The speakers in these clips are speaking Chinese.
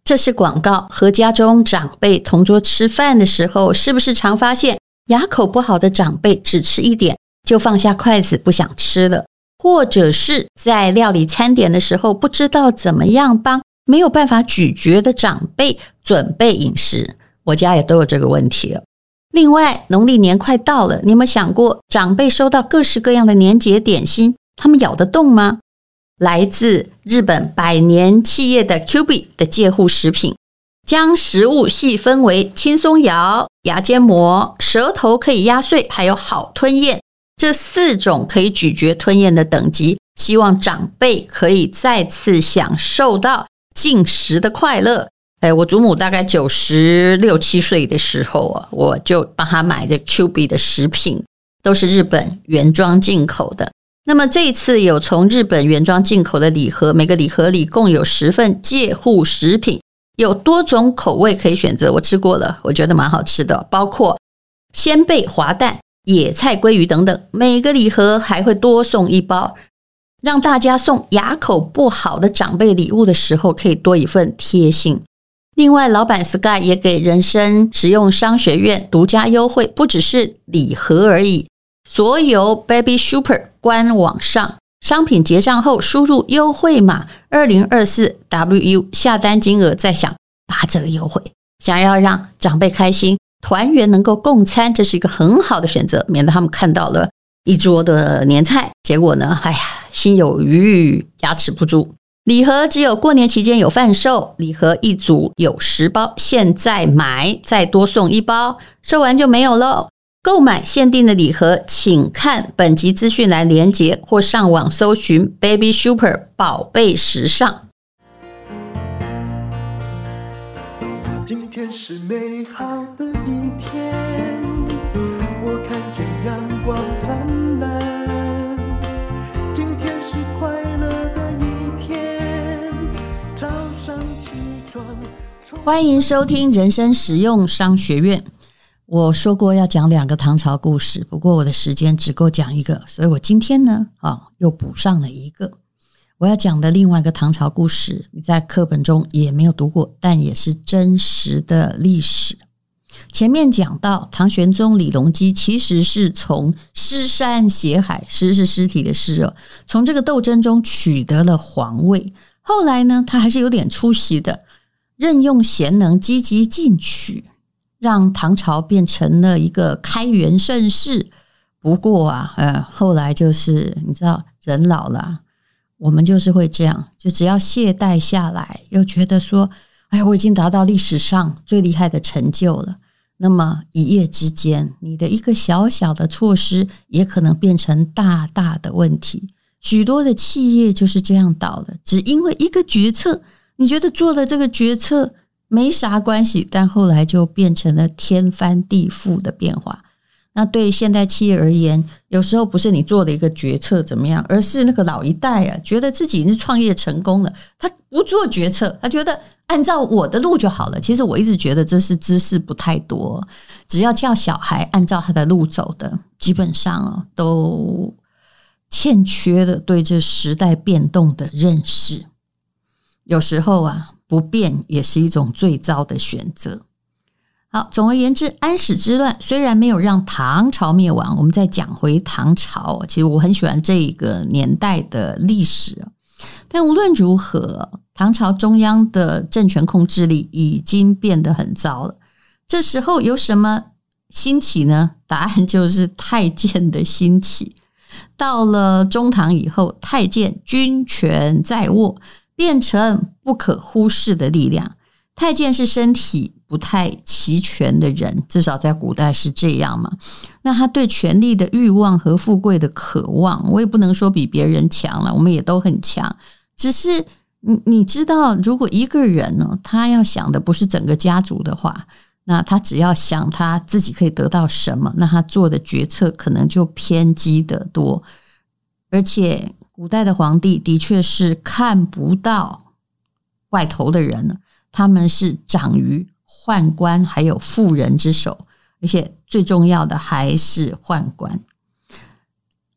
这是广告。和家中长辈同桌吃饭的时候，是不是常发现牙口不好的长辈只吃一点就放下筷子不想吃了，或者是在料理餐点的时候不知道怎么样帮没有办法咀嚼的长辈准备饮食？我家也都有这个问题了。另外，农历年快到了，你有没有想过长辈收到各式各样的年节点心，他们咬得动吗？来自日本百年企业的 QB 的介护食品，将食物细分为轻松咬、牙尖磨、舌头可以压碎，还有好吞咽，这4种可以咀嚼吞咽的等级，希望长辈可以再次享受到进食的快乐。我祖母大概96、7岁的时候我就帮她买的 QB 的食品都是日本原装进口的。那么这一次有从日本原装进口的礼盒，每个礼盒里共有10份介护食品，有多种口味可以选择，我吃过了，我觉得蛮好吃的，包括鲜贝滑蛋、野菜鲑鱼等等。每个礼盒还会多送1包，让大家送牙口不好的长辈礼物的时候可以多一份贴心。另外，老板 Sky 也给人生实用商学院独家优惠，不只是礼盒而已。所有 Baby Super 官网上商品结账后输入优惠码 2024WU， 下单金额再享8折优惠。想要让长辈开心，团圆能够共餐，这是一个很好的选择，免得他们看到了一桌的年菜，结果呢，心有余牙齿不足。礼盒只有过年期间有贩售，礼盒一组有10包，现在买再多送1包，售完就没有了。购买限定的礼盒，请看本集资讯栏连结或上网搜寻 Baby Super 宝贝时尚。 今天是美好的一天，我看见阳光灿烂。今天是快乐的一天，早上起床。 欢迎收听人生实用商学院。我说过要讲2个唐朝故事，不过我的时间只够讲1个，所以我今天呢又补上了1个。我要讲的另外一个唐朝故事，你在课本中也没有读过，但也是真实的历史。前面讲到唐玄宗李隆基其实是从尸山血海，尸是尸体的尸从这个斗争中取得了皇位。后来呢，他还是有点出息的，任用贤能，积极进取，让唐朝变成了一个开元盛世。不过后来就是你知道人老了，我们就是会这样，就只要懈怠下来，又觉得说我已经达到历史上最厉害的成就了，那么一夜之间你的一个小小的措施也可能变成大大的问题。许多的企业就是这样倒的，只因为一个决策，你觉得做了这个决策没啥关系，但后来就变成了天翻地覆的变化。那对现代企业而言，有时候不是你做的一个决策怎么样，而是那个老一代觉得自己已经创业成功了，他不做决策，他觉得按照我的路就好了。其实我一直觉得这是知识不太多，只要叫小孩按照他的路走的，基本上都欠缺了对这时代变动的认识。有时候不变也是一种最糟的选择。好，总而言之，安史之乱虽然没有让唐朝灭亡，我们再讲回唐朝，其实我很喜欢这个年代的历史，但无论如何，唐朝中央的政权控制力已经变得很糟了。这时候有什么兴起呢？答案就是太监的兴起。到了中唐以后，太监军权在握，变成不可忽视的力量。太监是身体不太齐全的人，至少在古代是这样嘛。那他对权力的欲望和富贵的渴望，我也不能说比别人强了，我们也都很强。只是你知道，如果一个人呢，他要想的不是整个家族的话，那他只要想他自己可以得到什么，那他做的决策可能就偏激得多。而且古代的皇帝的确是看不到外头的人了，他们是长于宦官还有妇人之手，而且最重要的还是宦官。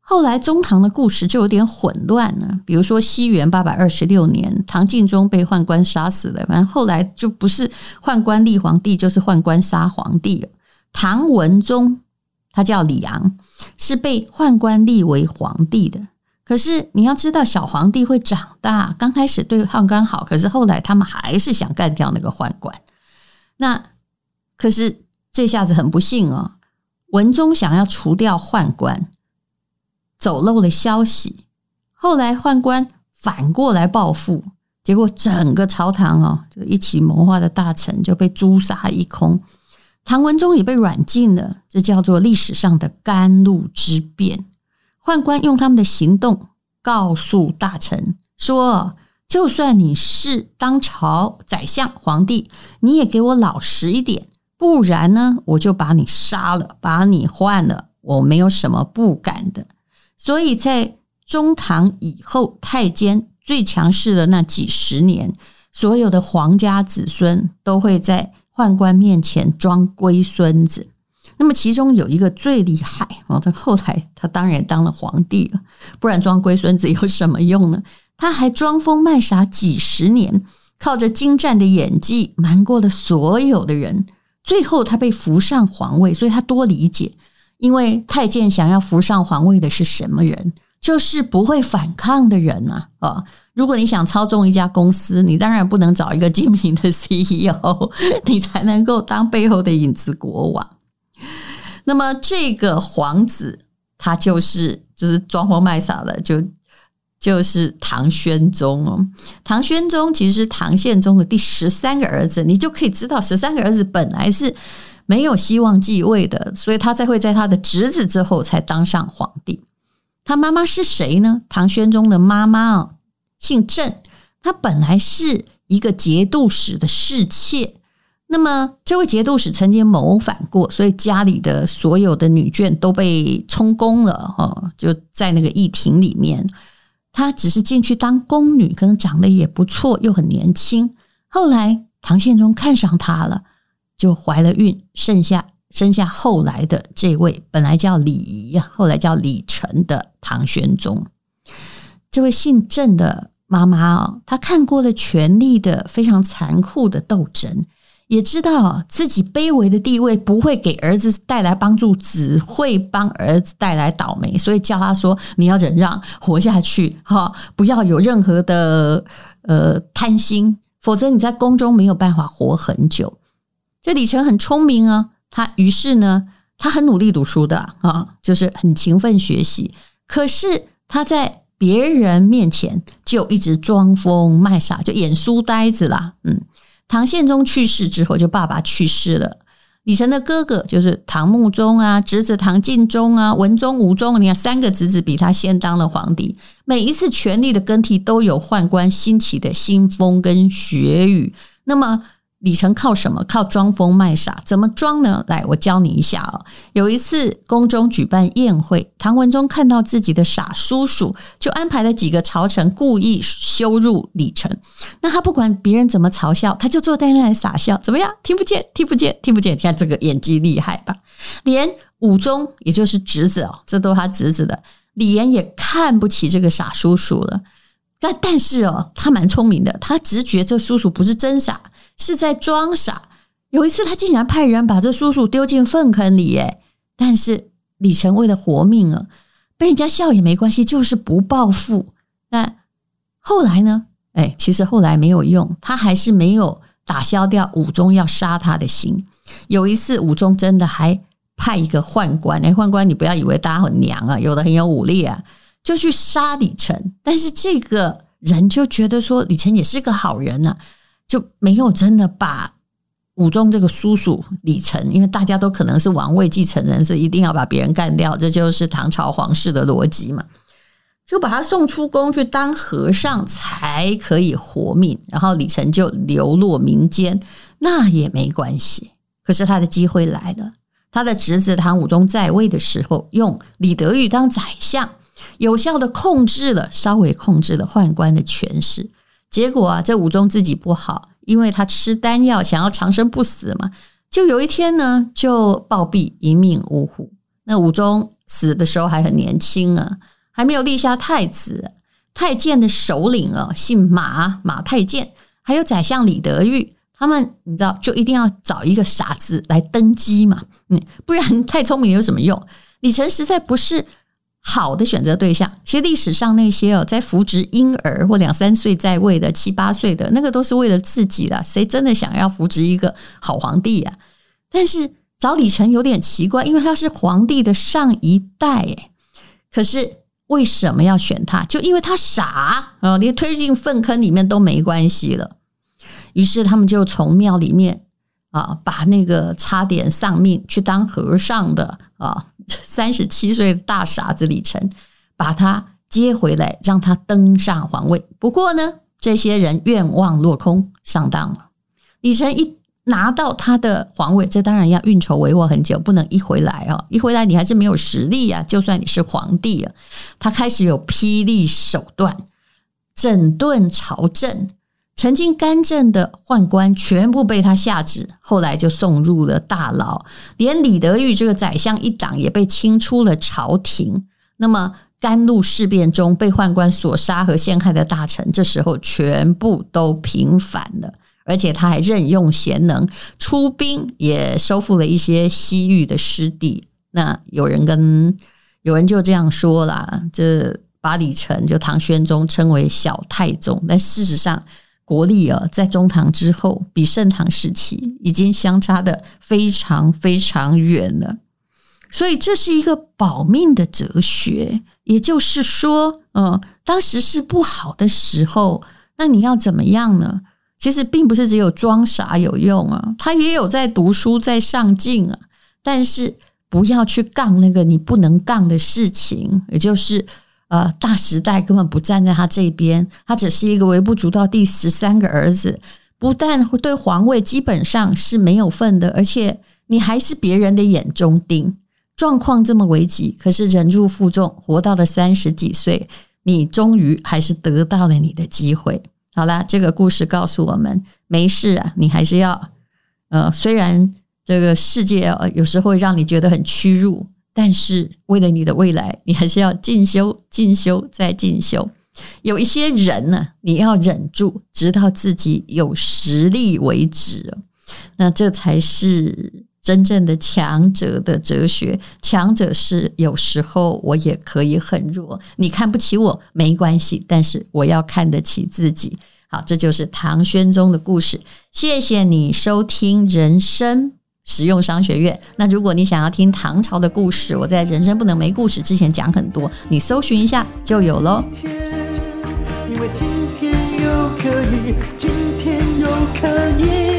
后来中唐的故事就有点混乱了，比如说西元826年，唐敬宗被宦官杀死了，反正后来就不是宦官立皇帝，就是宦官杀皇帝了。唐文宗他叫李昂，是被宦官立为皇帝的。可是你要知道，小皇帝会长大，刚开始对宦官好，可是后来他们还是想干掉那个宦官。那可是这下子很不幸哦，文宗想要除掉宦官，走漏了消息，后来宦官反过来报复，结果整个朝堂就一起谋划的大臣就被诛杀一空，唐文宗也被软禁了，这叫做历史上的甘露之变。宦官用他们的行动告诉大臣说，就算你是当朝宰相皇帝，你也给我老实一点，不然呢我就把你杀了，把你换了，我没有什么不敢的。所以在中唐以后，太监最强势的那几十年，所有的皇家子孙都会在宦官面前装龟孙子。那么其中有一个最厉害他后来他当然当了皇帝了，不然装龟孙子有什么用呢？他还装疯卖傻几十年，靠着精湛的演技瞒过了所有的人，最后他被扶上皇位。所以他多理解，因为太监想要扶上皇位的是什么人？就是不会反抗的人啊！如果你想操纵一家公司，你当然不能找一个精明的 CEO， 你才能够当背后的影子国王。那么这个皇子他就是装疯卖傻的，就是唐宣宗唐宣宗其实是唐宪宗的第13个儿子，你就可以知道13个儿子本来是没有希望继位的，所以他才会在他的侄子之后才当上皇帝。他妈妈是谁呢？唐宣宗的妈妈姓郑，她本来是一个节度使的侍妾。那么这位节度使曾经谋反过，所以家里的所有的女眷都被充公了就在那个议庭里面。她只是进去当宫女，可能长得也不错，又很年轻。后来唐宪宗看上她了，就怀了孕，生下后来的这位本来叫李仪后来叫李成的唐宣宗。这位姓郑的妈妈她看过了权力的非常残酷的斗争，也知道自己卑微的地位不会给儿子带来帮助，只会帮儿子带来倒霉，所以叫他说你要忍让活下去不要有任何的贪心，否则你在宫中没有办法活很久。这李成很聪明他于是呢他很努力读书的就是很勤奋学习，可是他在别人面前就一直装疯卖傻，就演书呆子啦。唐宪宗去世之后，就爸爸去世了，李成的哥哥就是唐穆宗侄子唐敬宗文宗、武宗，你看3个侄子比他先当了皇帝。每一次权力的更替都有宦官兴起的新风跟血雨。那么李成靠什么？靠装疯卖傻。怎么装呢？来，我教你一下有一次宫中举办宴会，唐文宗看到自己的傻叔叔，就安排了几个朝臣故意羞辱李成。那他不管别人怎么嘲笑，他就坐在那里傻笑，怎么样？听不见。你看这个演技厉害吧？连武宗也就是侄子这都是他侄子的李严也看不起这个傻叔叔了。但是他蛮聪明的，他直觉这叔叔不是真傻，是在装傻。有一次他竟然派人把这叔叔丢进粪坑里但是李成为了活命被人家笑也没关系，就是不报复。那后来呢？其实后来没有用，他还是没有打消掉武宗要杀他的心。有一次武宗真的还派一个宦官宦官你不要以为大家很娘有的很有武力就去杀李成。但是这个人就觉得说李成也是个好人就没有真的把武宗这个叔叔李成，因为大家都可能是王位继承人，是一定要把别人干掉，这就是唐朝皇室的逻辑嘛，就把他送出宫去当和尚才可以活命。然后李成就流落民间，那也没关系。可是他的机会来了，他的侄子唐武宗在位的时候，用李德裕当宰相，有效的稍微控制了宦官的权势。结果这武宗自己不好，因为他吃丹药想要长生不死嘛，就有一天呢就暴毙，一命呜呼。那武宗死的时候还很年轻啊，还没有立下太子。太监的首领姓马太监，还有宰相李德裕，他们你知道就一定要找一个傻子来登基嘛，不然太聪明有什么用？李成实在不是好的选择对象。其实历史上那些在扶植婴儿或2-3岁在位的7、8岁的那个都是为了自己啦，谁真的想要扶植一个好皇帝啊？但是找李成有点奇怪，因为他是皇帝的上一代可是为什么要选他？就因为他傻连推进粪坑里面都没关系了。于是他们就从庙里面把那个差点丧命去当和尚的37岁的大傻子李成，把他接回来，让他登上皇位。不过呢，这些人愿望落空，上当了。李成一拿到他的皇位，这当然要运筹帷幄很久，不能一回来你还是没有实力啊，就算你是皇帝啊。他开始有霹雳手段，整顿朝政，曾经干政的宦官全部被他下旨，后来就送入了大牢，连李德裕这个宰相一党也被清出了朝廷。那么甘露事变中被宦官所杀和陷害的大臣，这时候全部都平反了，而且他还任用贤能，出兵也收复了一些西域的失地。那有人就这样说啦，这把李成就唐玄宗称为小太宗，但事实上国力在中唐之后比盛唐时期已经相差的非常非常远了。所以这是一个保命的哲学，也就是说当时是不好的时候，那你要怎么样呢？其实并不是只有装傻有用他也有在读书在上进但是不要去杠那个你不能杠的事情，也就是大时代根本不站在他这边，他只是一个微不足道第13个儿子，不但对皇位基本上是没有份的，而且你还是别人的眼中钉。状况这么危急，可是忍辱负重，活到了30几岁，你终于还是得到了你的机会。好啦，这个故事告诉我们，没事你还是要虽然这个世界有时候会让你觉得很屈辱，但是为了你的未来，你还是要进修进修再进修。有一些人呢，你要忍住直到自己有实力为止，那这才是真正的强者的哲学。强者是有时候我也可以很弱，你看不起我没关系，但是我要看得起自己。好，这就是唐玄宗的故事。谢谢你收听人生实用商学院。那如果你想要听唐朝的故事，我在人生不能没故事之前讲很多，你搜寻一下就有咯。 因为今天又可以，今天又可以。